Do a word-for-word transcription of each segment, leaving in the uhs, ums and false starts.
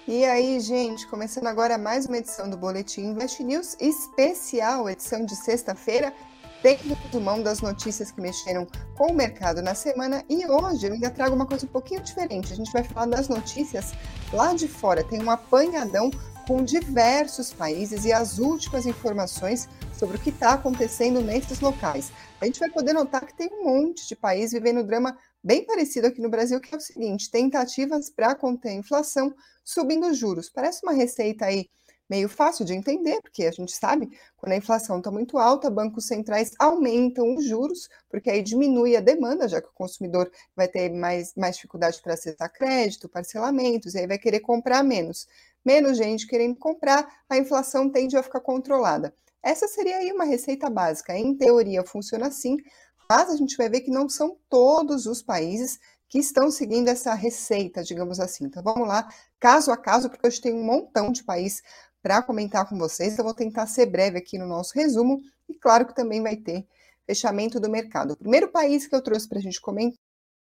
E aí, gente, começando agora mais uma edição do Boletim Invest News, especial, edição de sexta-feira, tem um resumão das notícias que mexeram com o mercado na semana. E hoje eu ainda trago uma coisa um pouquinho diferente. A gente vai falar das notícias lá de fora. Tem um apanhadão com diversos países e as últimas informações sobre o que está acontecendo nesses locais. A gente vai poder notar que tem um monte de país vivendo drama bem parecido aqui no Brasil, que é o seguinte: tentativas para conter a inflação, subindo os juros. Parece uma receita aí meio fácil de entender, porque a gente sabe, quando a inflação está muito alta, bancos centrais aumentam os juros, porque aí diminui a demanda, já que o consumidor vai ter mais, mais dificuldade para acessar crédito, parcelamentos, e aí vai querer comprar menos. Menos gente querendo comprar, a inflação tende a ficar controlada. Essa seria aí uma receita básica. Em teoria funciona assim, mas a gente vai ver que não são todos os países que estão seguindo essa receita, digamos assim. Então vamos lá, caso a caso, porque hoje tem um montão de país para comentar com vocês. Eu vou tentar ser breve aqui no nosso resumo e claro que também vai ter fechamento do mercado. O primeiro país que eu trouxe para a gente comentar,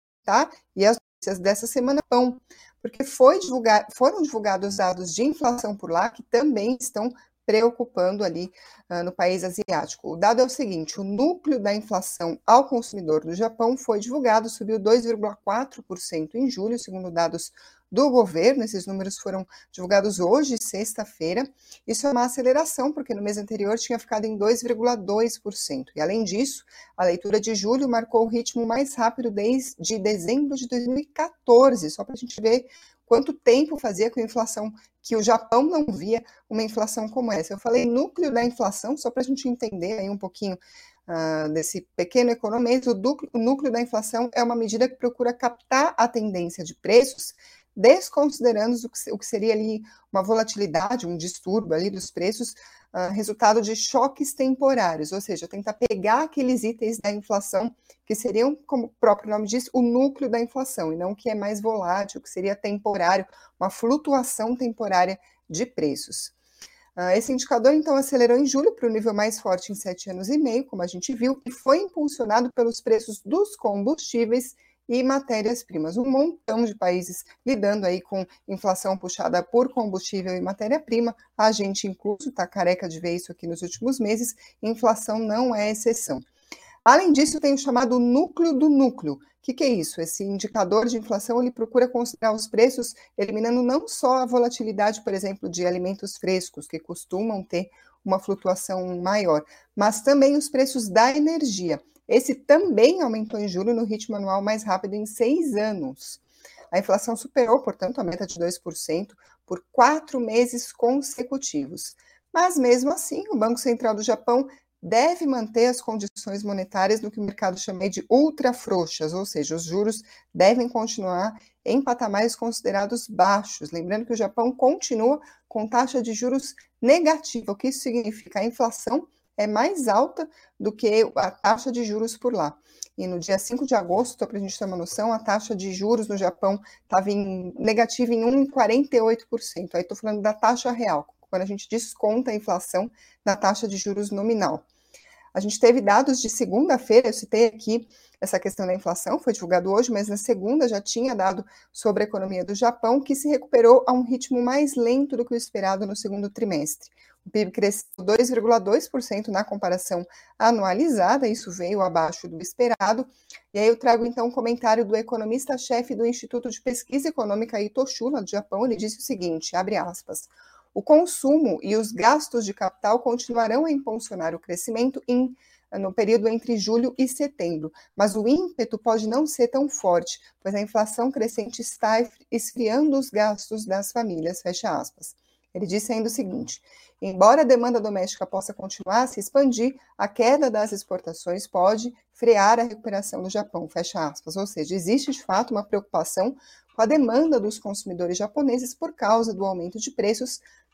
e as notícias dessa semana, Japão, porque foi divulgar, foram divulgados dados de inflação por lá que também estão preocupando ali uh, no país asiático. O dado é o seguinte: o núcleo da inflação ao consumidor do Japão foi divulgado, subiu dois vírgula quatro por cento em julho, segundo dados do governo. Esses números foram divulgados hoje, sexta-feira. Isso é uma aceleração, porque no mês anterior tinha ficado em dois vírgula dois por cento. E além disso, a leitura de julho marcou o ritmo mais rápido desde dezembro de dois mil e quatorze, só para a gente ver quanto tempo fazia com a inflação, que o Japão não via uma inflação como essa. Eu falei núcleo da inflação, só para a gente entender aí um pouquinho uh, desse pequeno economês. O, núcleo, o núcleo da inflação é uma medida que procura captar a tendência de preços, desconsiderando o que, o que seria ali uma volatilidade, um distúrbio ali dos preços, uh, resultado de choques temporários, ou seja, tentar pegar aqueles itens da inflação que seriam, como o próprio nome diz, o núcleo da inflação, e não o que é mais volátil, que seria temporário, uma flutuação temporária de preços. Uh, esse indicador, então, acelerou em julho para o nível mais forte em sete anos e meio, como a gente viu, e foi impulsionado pelos preços dos combustíveis e matérias-primas. Um montão de países lidando aí com inflação puxada por combustível e matéria-prima. A gente, incluso, está careca de ver isso aqui nos últimos meses. Inflação não é exceção. Além disso, tem o chamado núcleo do núcleo. O que, que é isso? Esse indicador de inflação, ele procura considerar os preços, eliminando não só a volatilidade, por exemplo, de alimentos frescos, que costumam ter uma flutuação maior, mas também os preços da energia. Esse também aumentou em julho no ritmo anual mais rápido em seis anos. A inflação superou, portanto, a meta de dois por cento por quatro meses consecutivos. Mas, mesmo assim, o Banco Central do Japão deve manter as condições monetárias no que o mercado chama de ultra frouxas, ou seja, os juros devem continuar em patamares considerados baixos. Lembrando que o Japão continua com taxa de juros negativa. O que isso significa? A inflação é mais alta do que a taxa de juros por lá. E no dia cinco de agosto, para a gente ter uma noção, a taxa de juros no Japão estava em negativa em um vírgula quarenta e oito por cento. Aí estou falando da taxa real, quando a gente desconta a inflação na taxa de juros nominal. A gente teve dados de segunda-feira, eu citei aqui essa questão da inflação, foi divulgado hoje, mas na segunda já tinha dado sobre a economia do Japão, que se recuperou a um ritmo mais lento do que o esperado no segundo trimestre. O P I B cresceu dois vírgula dois por cento na comparação anualizada, isso veio abaixo do esperado. E aí eu trago então um comentário do economista-chefe do Instituto de Pesquisa Econômica Itochu, lá do Japão. Ele disse o seguinte, abre aspas: o consumo e os gastos de capital continuarão a impulsionar o crescimento em, no período entre julho e setembro, mas o ímpeto pode não ser tão forte, pois a inflação crescente está esfriando os gastos das famílias, fecha aspas. Ele disse ainda o seguinte: embora a demanda doméstica possa continuar a se expandir, a queda das exportações pode frear a recuperação do Japão, fecha aspas. Ou seja, existe de fato uma preocupação com a demanda dos consumidores japoneses por causa do aumento de preços,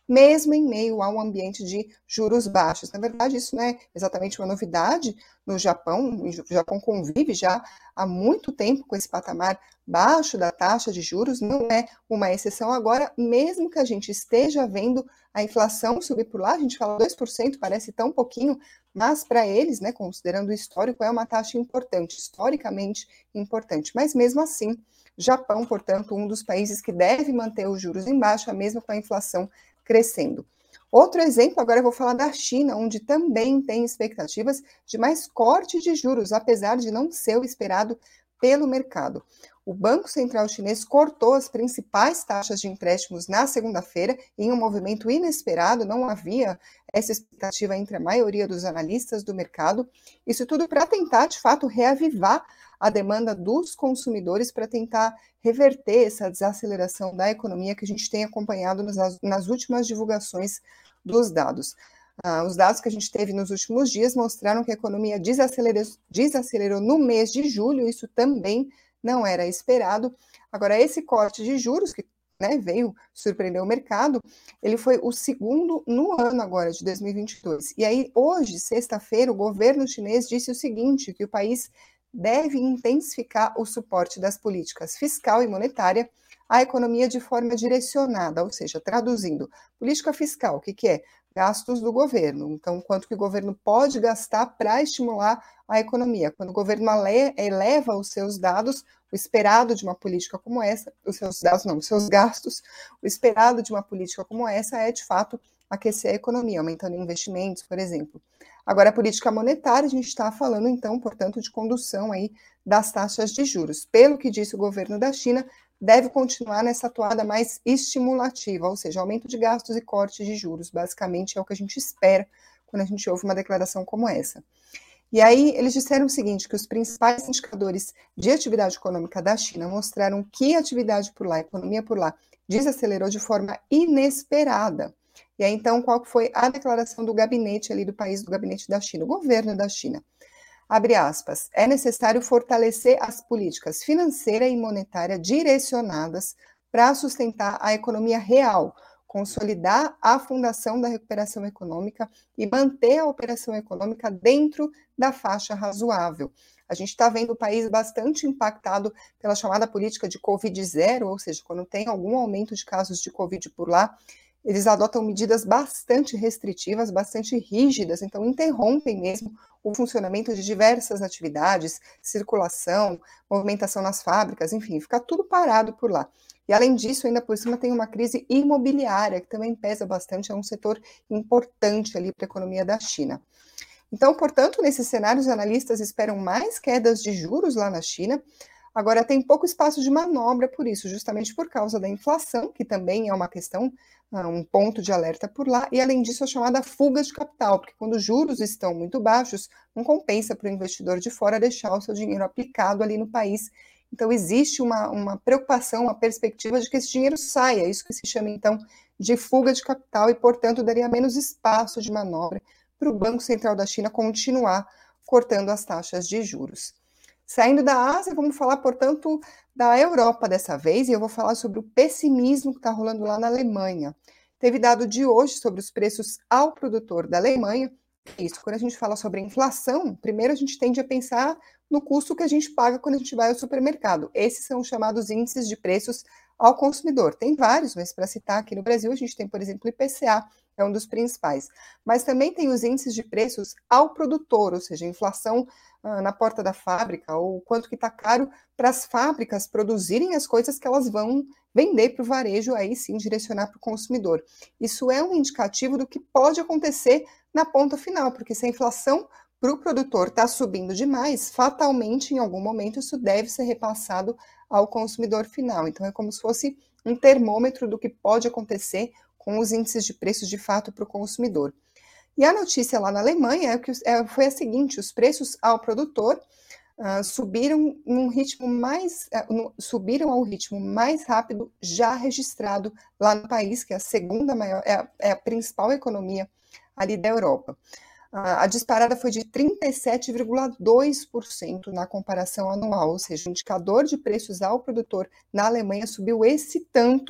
mesmo em meio a um ambiente de juros baixos. Na verdade, isso não é exatamente uma novidade no Japão, o Japão convive já há muito tempo com esse patamar baixo da taxa de juros, não é uma exceção agora, mesmo que a gente esteja vendo a inflação subir por lá, a gente fala dois por cento, parece tão pouquinho, mas para eles, né, considerando o histórico, é uma taxa importante, historicamente importante. Mas mesmo assim, Japão, portanto, um dos países que deve manter os juros em baixa, mesmo com a inflação crescendo. Outro exemplo, agora eu vou falar da China, onde também tem expectativas de mais corte de juros, apesar de não ser o esperado pelo mercado. O Banco Central Chinês cortou as principais taxas de empréstimos na segunda-feira, em um movimento inesperado, não havia essa expectativa entre a maioria dos analistas do mercado. Isso tudo para tentar, de fato, reavivar a demanda dos consumidores, para tentar reverter essa desaceleração da economia que a gente tem acompanhado nas, nas últimas divulgações dos dados. Ah, os dados que a gente teve nos últimos dias mostraram que a economia desacelerou, desacelerou no mês de julho, isso também não era esperado. Agora, esse corte de juros, que né, veio surpreender o mercado, ele foi o segundo no ano agora, de dois mil e vinte e dois. E aí, hoje, sexta-feira, o governo chinês disse o seguinte, que o país deve intensificar o suporte das políticas fiscal e monetária à economia de forma direcionada, ou seja, traduzindo, política fiscal, o que, que é? Gastos do governo. Então, quanto que o governo pode gastar para estimular a economia. Quando o governo eleva os seus dados, o esperado de uma política como essa, os seus dados não, os seus gastos, o esperado de uma política como essa é, de fato, aquecer a economia, aumentando investimentos, por exemplo. Agora, a política monetária, a gente está falando, então, portanto, de condução aí das taxas de juros. Pelo que disse o governo da China, deve continuar nessa atuada mais estimulativa, ou seja, aumento de gastos e corte de juros. Basicamente, é o que a gente espera quando a gente ouve uma declaração como essa. E aí, eles disseram o seguinte, que os principais indicadores de atividade econômica da China mostraram que a atividade por lá, a economia por lá, desacelerou de forma inesperada. E aí, então, qual foi a declaração do gabinete ali do país, do gabinete da China, o governo da China? Abre aspas, é necessário fortalecer as políticas financeira e monetária direcionadas para sustentar a economia real, consolidar a fundação da recuperação econômica e manter a operação econômica dentro da faixa razoável. A gente está vendo o país bastante impactado pela chamada política de Covid zero, ou seja, quando tem algum aumento de casos de Covid por lá, eles adotam medidas bastante restritivas, bastante rígidas, então interrompem mesmo o funcionamento de diversas atividades, circulação, movimentação nas fábricas, enfim, fica tudo parado por lá. E além disso, ainda por cima tem uma crise imobiliária, que também pesa bastante, é um setor importante ali para a economia da China. Então, portanto, nesse cenário, os analistas esperam mais quedas de juros lá na China. Agora, tem pouco espaço de manobra por isso, justamente por causa da inflação, que também é uma questão, um ponto de alerta por lá, e além disso a chamada fuga de capital, porque quando os juros estão muito baixos, não compensa para o investidor de fora deixar o seu dinheiro aplicado ali no país. Então, existe uma, uma preocupação, uma perspectiva de que esse dinheiro saia, isso que se chama, então, de fuga de capital, e, portanto, daria menos espaço de manobra para o Banco Central da China continuar cortando as taxas de juros. Saindo da Ásia, vamos falar, portanto, da Europa dessa vez, e eu vou falar sobre o pessimismo que está rolando lá na Alemanha. Teve dado de hoje sobre os preços ao produtor da Alemanha. Isso, quando a gente fala sobre inflação, primeiro a gente tende a pensar no custo que a gente paga quando a gente vai ao supermercado. Esses são os chamados índices de preços ao consumidor. Tem vários, mas para citar aqui no Brasil, a gente tem, por exemplo, o I P C A, é um dos principais. Mas também tem os índices de preços ao produtor, ou seja, a inflação ah, na porta da fábrica, ou quanto que está caro para as fábricas produzirem as coisas que elas vão vender para o varejo, aí sim direcionar para o consumidor. Isso é um indicativo do que pode acontecer na ponta final, porque se a inflação para o produtor está subindo demais, fatalmente, em algum momento, isso deve ser repassado ao consumidor final. Então, é como se fosse um termômetro do que pode acontecer com os índices de preços de fato para o consumidor. E a notícia lá na Alemanha é que é, foi a seguinte: os preços ao produtor uh, subiram num ritmo mais uh, no, subiram ao ritmo mais rápido já registrado lá no país, que é a segunda maior, é a, é a principal economia ali da Europa. Uh, a disparada foi de trinta e sete vírgula dois por cento na comparação anual, ou seja, o indicador de preços ao produtor na Alemanha subiu esse tanto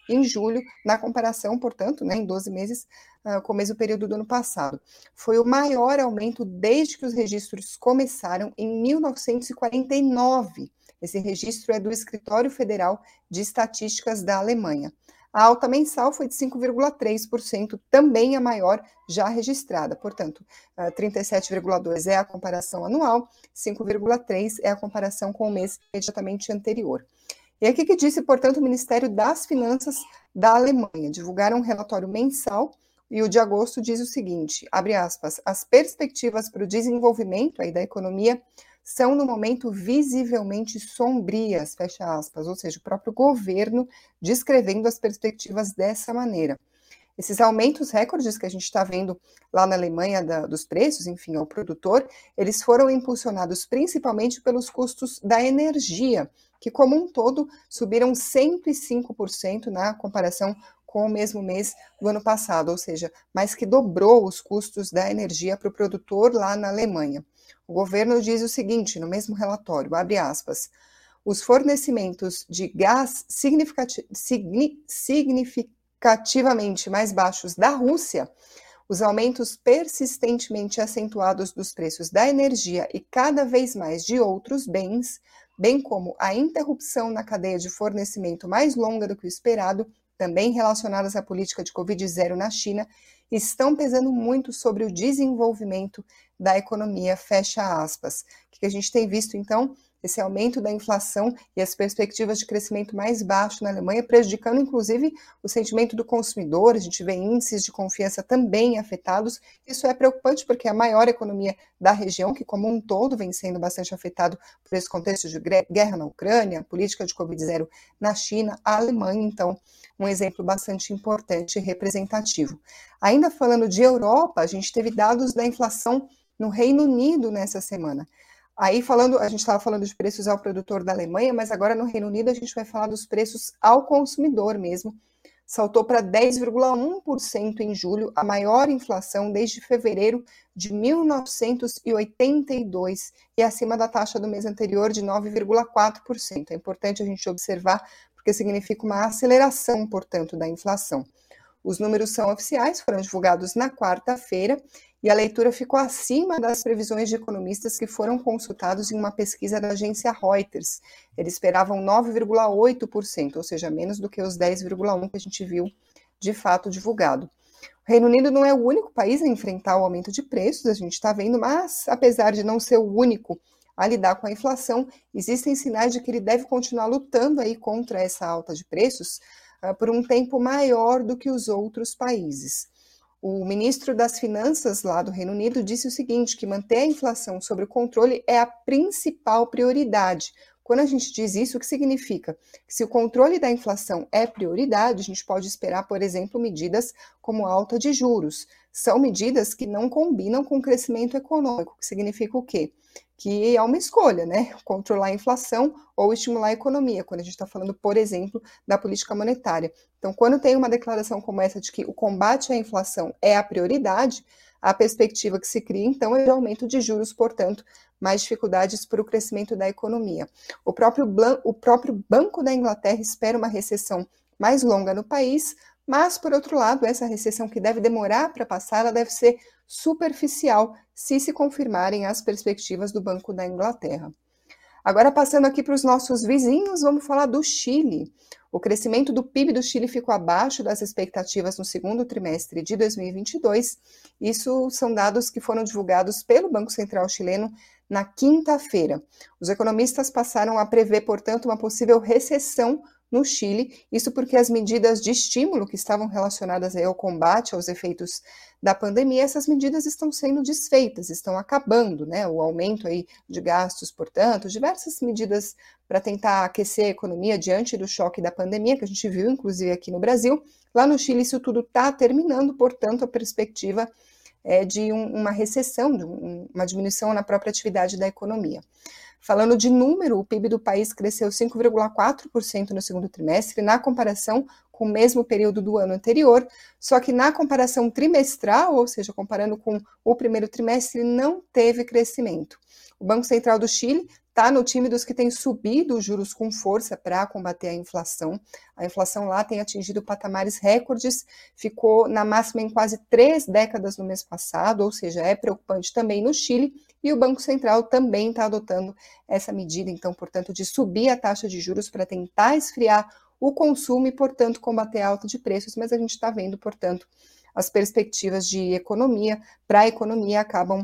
em julho, na comparação, portanto, né, em doze meses, uh, com o mesmo período do ano passado. Foi o maior aumento desde que os registros começaram em mil novecentos e quarenta e nove. Esse registro é do Escritório Federal de Estatísticas da Alemanha. A alta mensal foi de cinco vírgula três por cento, também a maior já registrada. Portanto, trinta e sete vírgula dois por cento é a comparação anual, cinco vírgula três por cento é a comparação com o mês imediatamente anterior. E aqui que disse, portanto, o Ministério das Finanças da Alemanha. Divulgaram um relatório mensal e o de agosto diz o seguinte, abre aspas, as perspectivas para o desenvolvimento aí da economia são, no momento, visivelmente sombrias, fecha aspas, ou seja, o próprio governo descrevendo as perspectivas dessa maneira. Esses aumentos recordes que a gente está vendo lá na Alemanha da, dos preços, enfim, ao produtor, eles foram impulsionados principalmente pelos custos da energia, que como um todo subiram cento e cinco por cento na comparação com o mesmo mês do ano passado, ou seja, mais que dobrou os custos da energia para o produtor lá na Alemanha. O governo diz o seguinte, no mesmo relatório, abre aspas, os fornecimentos de gás significati- signi- significativamente mais baixos da Rússia, os aumentos persistentemente acentuados dos preços da energia e cada vez mais de outros bens, bem como a interrupção na cadeia de fornecimento mais longa do que o esperado, também relacionadas à política de Covid zero na China, estão pesando muito sobre o desenvolvimento da economia, fecha aspas. O que a gente tem visto, então, esse aumento da inflação e as perspectivas de crescimento mais baixo na Alemanha, prejudicando, inclusive, o sentimento do consumidor. A gente vê índices de confiança também afetados. Isso é preocupante porque é a maior economia da região, que como um todo vem sendo bastante afetado por esse contexto de guerra na Ucrânia, política de Covid zero na China, a Alemanha, então, um exemplo bastante importante e representativo. Ainda falando de Europa, a gente teve dados da inflação no Reino Unido nessa semana. Aí falando, a gente estava falando de preços ao produtor da Alemanha, mas agora no Reino Unido a gente vai falar dos preços ao consumidor mesmo. Saltou para dez vírgula um por cento em julho, a maior inflação desde fevereiro de mil novecentos e oitenta e dois e acima da taxa do mês anterior de nove vírgula quatro por cento. É importante a gente observar porque significa uma aceleração, portanto, da inflação. Os números são oficiais, foram divulgados na quarta-feira e a leitura ficou acima das previsões de economistas que foram consultados em uma pesquisa da agência Reuters. Eles esperavam nove vírgula oito por cento, ou seja, menos do que os dez vírgula um por cento que a gente viu de fato divulgado. O Reino Unido não é o único país a enfrentar o aumento de preços, a gente está vendo, mas apesar de não ser o único a lidar com a inflação, existem sinais de que ele deve continuar lutando aí contra essa alta de preços uh, por um tempo maior do que os outros países. O ministro das Finanças lá do Reino Unido disse o seguinte, que manter a inflação sob o controle é a principal prioridade. Quando a gente diz isso, o que significa? Que se o controle da inflação é prioridade, a gente pode esperar, por exemplo, medidas como alta de juros. São medidas que não combinam com o crescimento econômico, que significa o quê? Que é uma escolha, né? Controlar a inflação ou estimular a economia, quando a gente está falando, por exemplo, da política monetária. Então, quando tem uma declaração como essa de que o combate à inflação é a prioridade, a perspectiva que se cria, então, é de aumento de juros, portanto, mais dificuldades para o crescimento da economia. O próprio, o próprio Banco da Inglaterra espera uma recessão mais longa no país, mas, por outro lado, essa recessão que deve demorar para passar, ela deve ser superficial, se se confirmarem as perspectivas do Banco da Inglaterra. Agora, passando aqui para os nossos vizinhos, vamos falar do Chile. O crescimento do P I B do Chile ficou abaixo das expectativas no segundo trimestre de dois mil e vinte e dois. Isso são dados que foram divulgados pelo Banco Central chileno na quinta-feira. Os economistas passaram a prever, portanto, uma possível recessão no Chile, isso porque as medidas de estímulo que estavam relacionadas aí ao combate aos efeitos da pandemia, essas medidas estão sendo desfeitas, estão acabando, né? O aumento aí de gastos, portanto, diversas medidas para tentar aquecer a economia diante do choque da pandemia, que a gente viu, inclusive, aqui no Brasil. Lá no Chile isso tudo está terminando, portanto, a perspectiva é de um, uma recessão, de um, uma diminuição na própria atividade da economia. Falando de número, o P I B do país cresceu cinco vírgula quatro por cento no segundo trimestre, na comparação com o mesmo período do ano anterior, só que na comparação trimestral, ou seja, comparando com o primeiro trimestre, não teve crescimento. O Banco Central do Chile está no time dos que tem subido os juros com força para combater a inflação. A inflação lá tem atingido patamares recordes, ficou na máxima em quase três décadas no mês passado, ou seja, é preocupante também no Chile, e o Banco Central também está adotando essa medida, então, portanto, de subir a taxa de juros para tentar esfriar o consumo e, portanto, combater a alta de preços, mas a gente está vendo, portanto, as perspectivas de economia para a economia acabam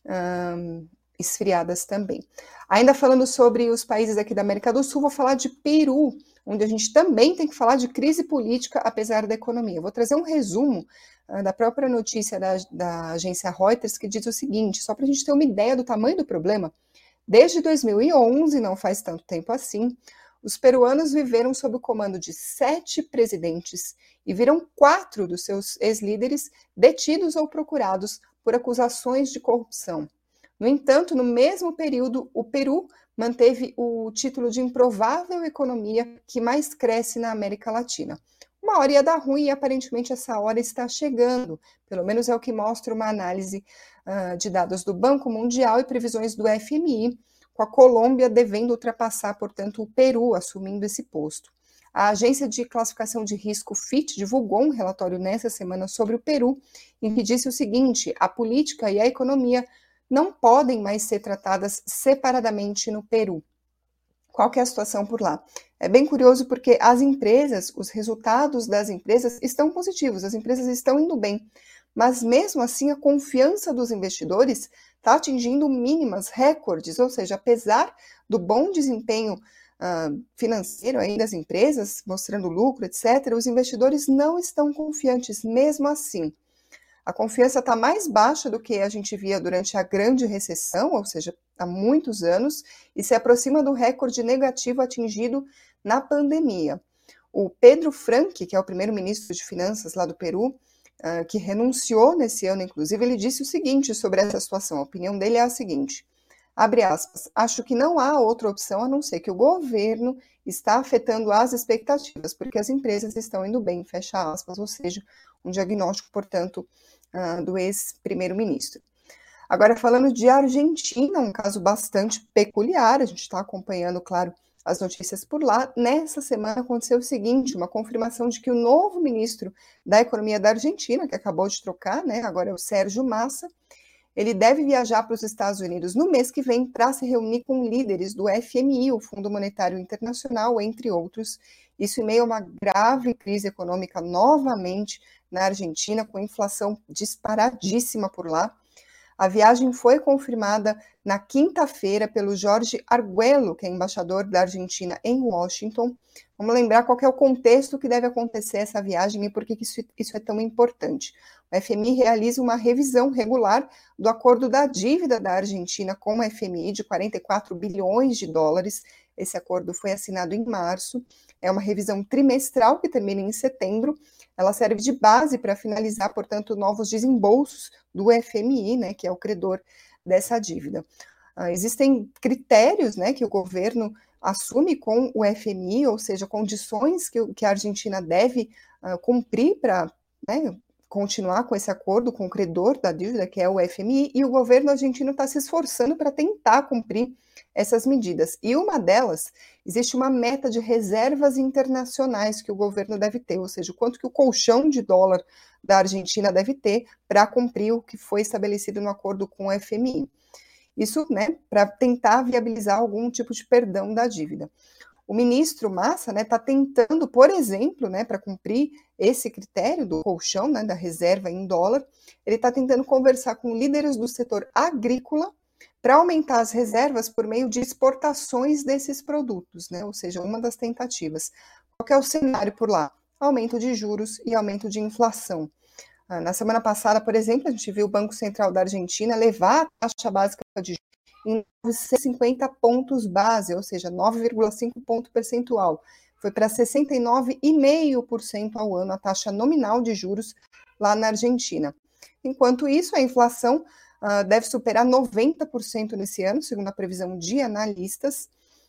hum, esfriadas também. Ainda falando sobre os países aqui da América do Sul, vou falar de Peru, onde a gente também tem que falar de crise política, apesar da economia. Vou trazer um resumo uh, da própria notícia da, da agência Reuters, que diz o seguinte, só para a gente ter uma ideia do tamanho do problema, desde dois mil e onze, não faz tanto tempo assim, os peruanos viveram sob o comando de sete presidentes e viram quatro dos seus ex-líderes detidos ou procurados por acusações de corrupção. No entanto, no mesmo período, o Peru manteve o título de improvável economia que mais cresce na América Latina. Uma hora ia dar ruim e aparentemente essa hora está chegando, pelo menos é o que mostra uma análise uh, de dados do Banco Mundial e previsões do F M I, com a Colômbia devendo ultrapassar, portanto, o Peru assumindo esse posto. A agência de classificação de risco Fitch divulgou um relatório nessa semana sobre o Peru, em que disse o seguinte: a política e a economia não podem mais ser tratadas separadamente no Peru. Qual que é a situação por lá? É bem curioso porque as empresas, os resultados das empresas estão positivos, as empresas estão indo bem, mas mesmo assim a confiança dos investidores está atingindo mínimas, recordes, ou seja, apesar do bom desempenho uh, financeiro aí das empresas, mostrando lucro, etcétera, os investidores não estão confiantes, mesmo assim. A confiança está mais baixa do que a gente via durante a grande recessão, ou seja, há muitos anos, e se aproxima do recorde negativo atingido na pandemia. O Pedro Franque, que é o primeiro-ministro de Finanças lá do Peru, uh, que renunciou nesse ano, inclusive, ele disse o seguinte sobre essa situação. A opinião dele é a seguinte, abre aspas, acho que não há outra opção a não ser que o governo está afetando as expectativas, porque as empresas estão indo bem, fecha aspas, ou seja, um diagnóstico, portanto, uh, do ex-primeiro-ministro. Agora, falando de Argentina, um caso bastante peculiar, a gente está acompanhando, claro, as notícias por lá. Nessa semana aconteceu o seguinte, uma confirmação de que o novo ministro da Economia da Argentina, que acabou de trocar, né, agora é o Sérgio Massa, ele deve viajar para os Estados Unidos no mês que vem para se reunir com líderes do F M I, o Fundo Monetário Internacional, entre outros. Isso em meio a uma grave crise econômica novamente na Argentina, com inflação disparadíssima por lá. A viagem foi confirmada na quinta-feira pelo Jorge Arguello, que é embaixador da Argentina em Washington. Vamos lembrar qual é o contexto que deve acontecer essa viagem e por que isso, isso é tão importante. O F M I realiza uma revisão regular do acordo da dívida da Argentina com o F M I de quarenta e quatro bilhões de dólares. Esse acordo foi assinado em março. É uma revisão trimestral que termina em setembro. Ela serve de base para finalizar, portanto, novos desembolsos do F M I, né, que é o credor dessa dívida. Uh, existem critérios, né, que o governo assume com o F M I, ou seja, condições que, que a Argentina deve uh, cumprir para, né, continuar com esse acordo com o credor da dívida, que é o F M I, e o governo argentino está se esforçando para tentar cumprir essas medidas. E uma delas, existe uma meta de reservas internacionais que o governo deve ter, ou seja, o quanto que o colchão de dólar da Argentina deve ter para cumprir o que foi estabelecido no acordo com o F M I. Isso, né, para tentar viabilizar algum tipo de perdão da dívida. O ministro Massa, né, está tentando, por exemplo, né, para cumprir esse critério do colchão, né, da reserva em dólar, ele está tentando conversar com líderes do setor agrícola para aumentar as reservas por meio de exportações desses produtos, né, ou seja, uma das tentativas. Qual que é o cenário por lá? Aumento de juros e aumento de inflação. Na semana passada, por exemplo, a gente viu o Banco Central da Argentina levar a taxa básica de juros em novecentos e cinquenta pontos base, ou seja, nove vírgula cinco ponto percentual. Foi para sessenta e nove vírgula cinco por cento ao ano a taxa nominal de juros lá na Argentina. Enquanto isso, a inflação uh, deve superar noventa por cento nesse ano, segundo a previsão de analistas.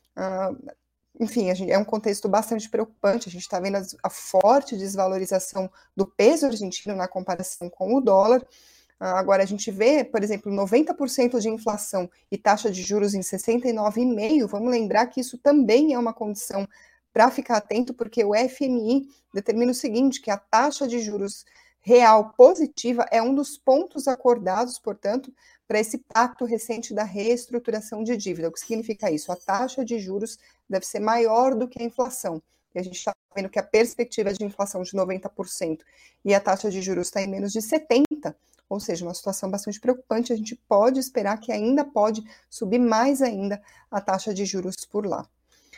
Uh, enfim, a gente, é um contexto bastante preocupante. A gente está vendo a, a forte desvalorização do peso argentino na comparação com o dólar. Agora, a gente vê, por exemplo, noventa por cento de inflação e taxa de juros em sessenta e nove vírgula cinco por cento. Vamos lembrar que isso também é uma condição para ficar atento, porque o F M I determina o seguinte, que a taxa de juros real positiva é um dos pontos acordados, portanto, para esse pacto recente da reestruturação de dívida. O que significa isso? A taxa de juros deve ser maior do que a inflação. E a gente está vendo que a perspectiva de inflação de noventa por cento e a taxa de juros está em menos de setenta por cento, ou seja, uma situação bastante preocupante. A gente pode esperar que ainda pode subir mais ainda a taxa de juros por lá.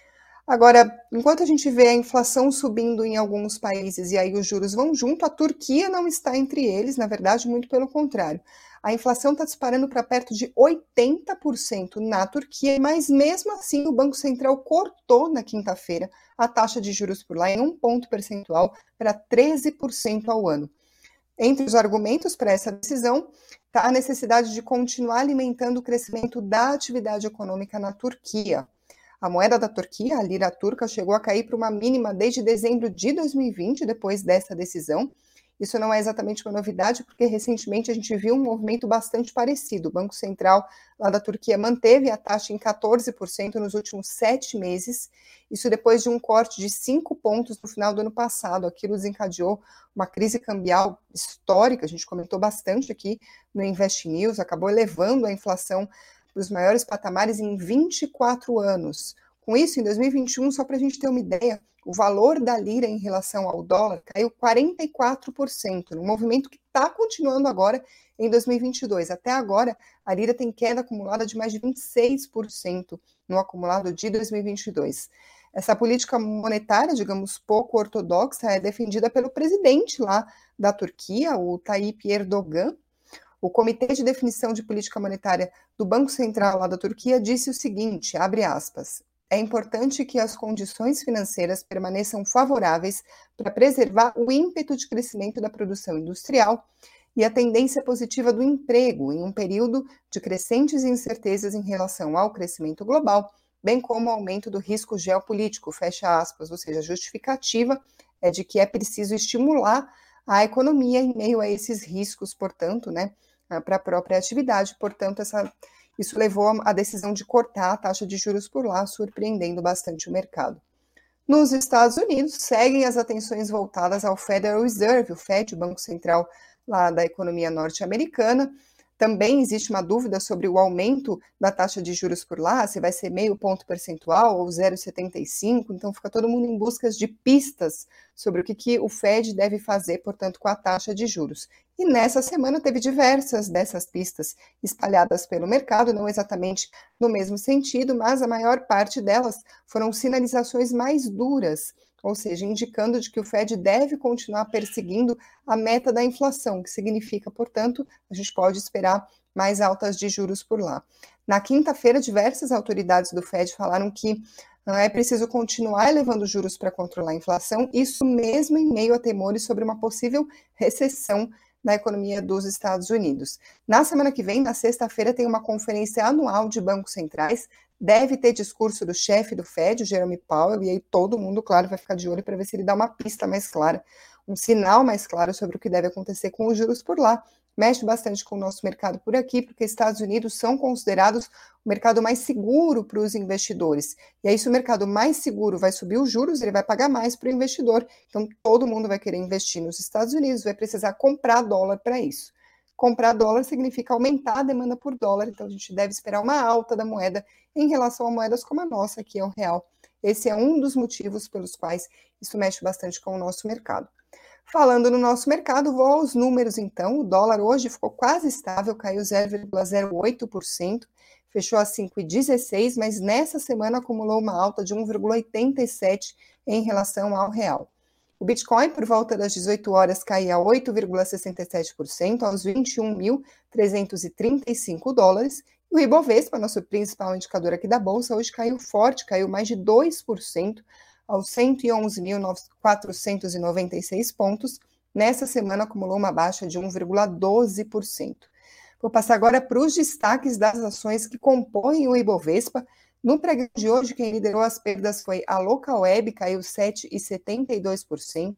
Agora, enquanto a gente vê a inflação subindo em alguns países e aí os juros vão junto, a Turquia não está entre eles, na verdade, muito pelo contrário. A inflação está disparando para perto de oitenta por cento na Turquia, mas mesmo assim o Banco Central cortou na quinta-feira a taxa de juros por lá em um ponto percentual para treze por cento ao ano. Entre os argumentos para essa decisão está a necessidade de continuar alimentando o crescimento da atividade econômica na Turquia. A moeda da Turquia, a lira turca, chegou a cair para uma mínima desde dezembro de dois mil e vinte, depois dessa decisão. Isso não é exatamente uma novidade, porque recentemente a gente viu um movimento bastante parecido. O Banco Central lá da Turquia manteve a taxa em quatorze por cento nos últimos sete meses, isso depois de um corte de cinco pontos no final do ano passado. Aquilo desencadeou uma crise cambial histórica, a gente comentou bastante aqui no Invest News, acabou elevando a inflação para os maiores patamares em vinte e quatro anos. Com isso, em dois mil e vinte e um, só para a gente ter uma ideia, o valor da lira em relação ao dólar caiu quarenta e quatro por cento, num movimento que está continuando agora em dois mil e vinte e dois. Até agora, a lira tem queda acumulada de mais de vinte e seis por cento no acumulado de dois mil e vinte e dois. Essa política monetária, digamos, pouco ortodoxa, é defendida pelo presidente lá da Turquia, o Tayyip Erdogan. O Comitê de Definição de Política Monetária do Banco Central lá da Turquia disse o seguinte, abre aspas, é importante que as condições financeiras permaneçam favoráveis para preservar o ímpeto de crescimento da produção industrial e a tendência positiva do emprego em um período de crescentes incertezas em relação ao crescimento global, bem como o aumento do risco geopolítico, fecha aspas, ou seja, a justificativa é de que é preciso estimular a economia em meio a esses riscos, portanto, né, para a própria atividade. Portanto, essa, isso levou à decisão de cortar a taxa de juros por lá, surpreendendo bastante o mercado. Nos Estados Unidos, seguem as atenções voltadas ao Federal Reserve, o Fed, o Banco Central lá da economia norte-americana. Também existe uma dúvida sobre o aumento da taxa de juros por lá, se vai ser meio ponto percentual ou zero vírgula setenta e cinco, então fica todo mundo em busca de pistas sobre o que, que o Fed deve fazer, portanto, com a taxa de juros. E nessa semana teve diversas dessas pistas espalhadas pelo mercado, não exatamente no mesmo sentido, mas a maior parte delas foram sinalizações mais duras, ou seja, indicando de que o Fed deve continuar perseguindo a meta da inflação, que significa, portanto, a gente pode esperar mais altas de juros por lá. Na quinta-feira, diversas autoridades do Fed falaram que é preciso continuar elevando juros para controlar a inflação, isso mesmo em meio a temores sobre uma possível recessão na economia dos Estados Unidos. Na semana que vem, na sexta-feira, tem uma conferência anual de bancos centrais. Deve ter discurso do chefe do Fed, o Jerome Powell, e aí todo mundo, claro, vai ficar de olho para ver se ele dá uma pista mais clara, um sinal mais claro sobre o que deve acontecer com os juros por lá. Mexe bastante com o nosso mercado por aqui, porque Estados Unidos são considerados o mercado mais seguro para os investidores. E aí, se o mercado mais seguro vai subir os juros, ele vai pagar mais para o investidor. Então, todo mundo vai querer investir nos Estados Unidos, vai precisar comprar dólar para isso. Comprar dólar significa aumentar a demanda por dólar, então a gente deve esperar uma alta da moeda em relação a moedas como a nossa, que é o real. Esse é um dos motivos pelos quais isso mexe bastante com o nosso mercado. Falando no nosso mercado, vou aos números então. O dólar hoje ficou quase estável, caiu zero vírgula zero oito por cento, fechou a cinco vírgula dezesseis, mas nessa semana acumulou uma alta de um vírgula oitenta e sete em relação ao real. O Bitcoin, por volta das dezoito horas, caía oito vírgula sessenta e sete por cento, aos vinte e um mil trezentos e trinta e cinco dólares. E o Ibovespa, nosso principal indicador aqui da Bolsa, hoje caiu forte, caiu mais de dois por cento, aos cento e onze mil quatrocentos e noventa e seis pontos. Nessa semana, acumulou uma baixa de um vírgula doze por cento. Vou passar agora para os destaques das ações que compõem o Ibovespa. No pregão de hoje, quem liderou as perdas foi a Localweb, caiu sete vírgula setenta e dois por cento.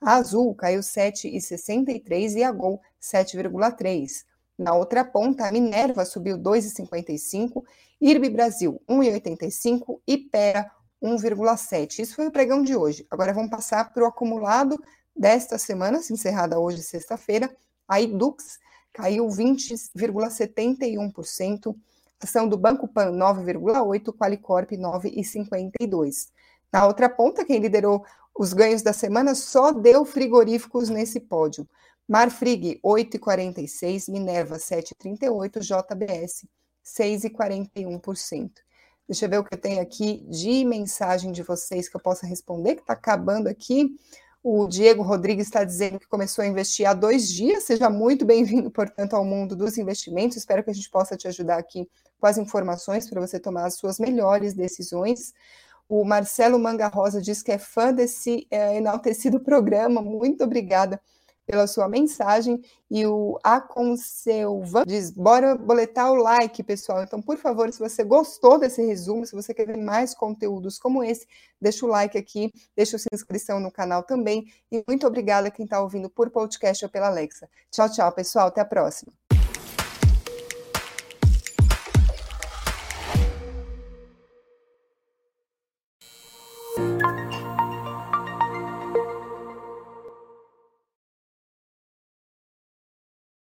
A Azul caiu sete vírgula sessenta e três e a Gol sete vírgula três. Na outra ponta, a Minerva subiu dois vírgula cinquenta e cinco, I R B Brasil um vírgula oitenta e cinco e Pera um vírgula sete. Isso foi o pregão de hoje. Agora vamos passar para o acumulado desta semana, encerrada hoje, sexta-feira. A Idux caiu vinte vírgula setenta e um por cento, ação do Banco Pan nove vírgula oito por cento, Qualicorp nove vírgula cinquenta e dois por cento. Na outra ponta, quem liderou os ganhos da semana só deu frigoríficos nesse pódio. Marfrig oito vírgula quarenta e seis por cento, Minerva sete vírgula trinta e oito por cento, J B S seis vírgula quarenta e um por cento. Deixa eu ver o que eu tenho aqui de mensagem de vocês que eu possa responder, que está acabando aqui. O Diego Rodrigues está dizendo que começou a investir há dois dias. Seja muito bem-vindo, portanto, ao mundo dos investimentos. Espero que a gente possa te ajudar aqui com as informações para você tomar as suas melhores decisões. O Marcelo Manga Rosa diz que é fã desse é, enaltecido programa. Muito obrigada pela sua mensagem. E o Aconselvan diz, bora boletar o like, pessoal. Então, por favor, se você gostou desse resumo, se você quer ver mais conteúdos como esse, deixa o like aqui, deixa a sua inscrição no canal também. E muito obrigada a quem está ouvindo por podcast ou pela Alexa. Tchau, tchau, pessoal. Até a próxima.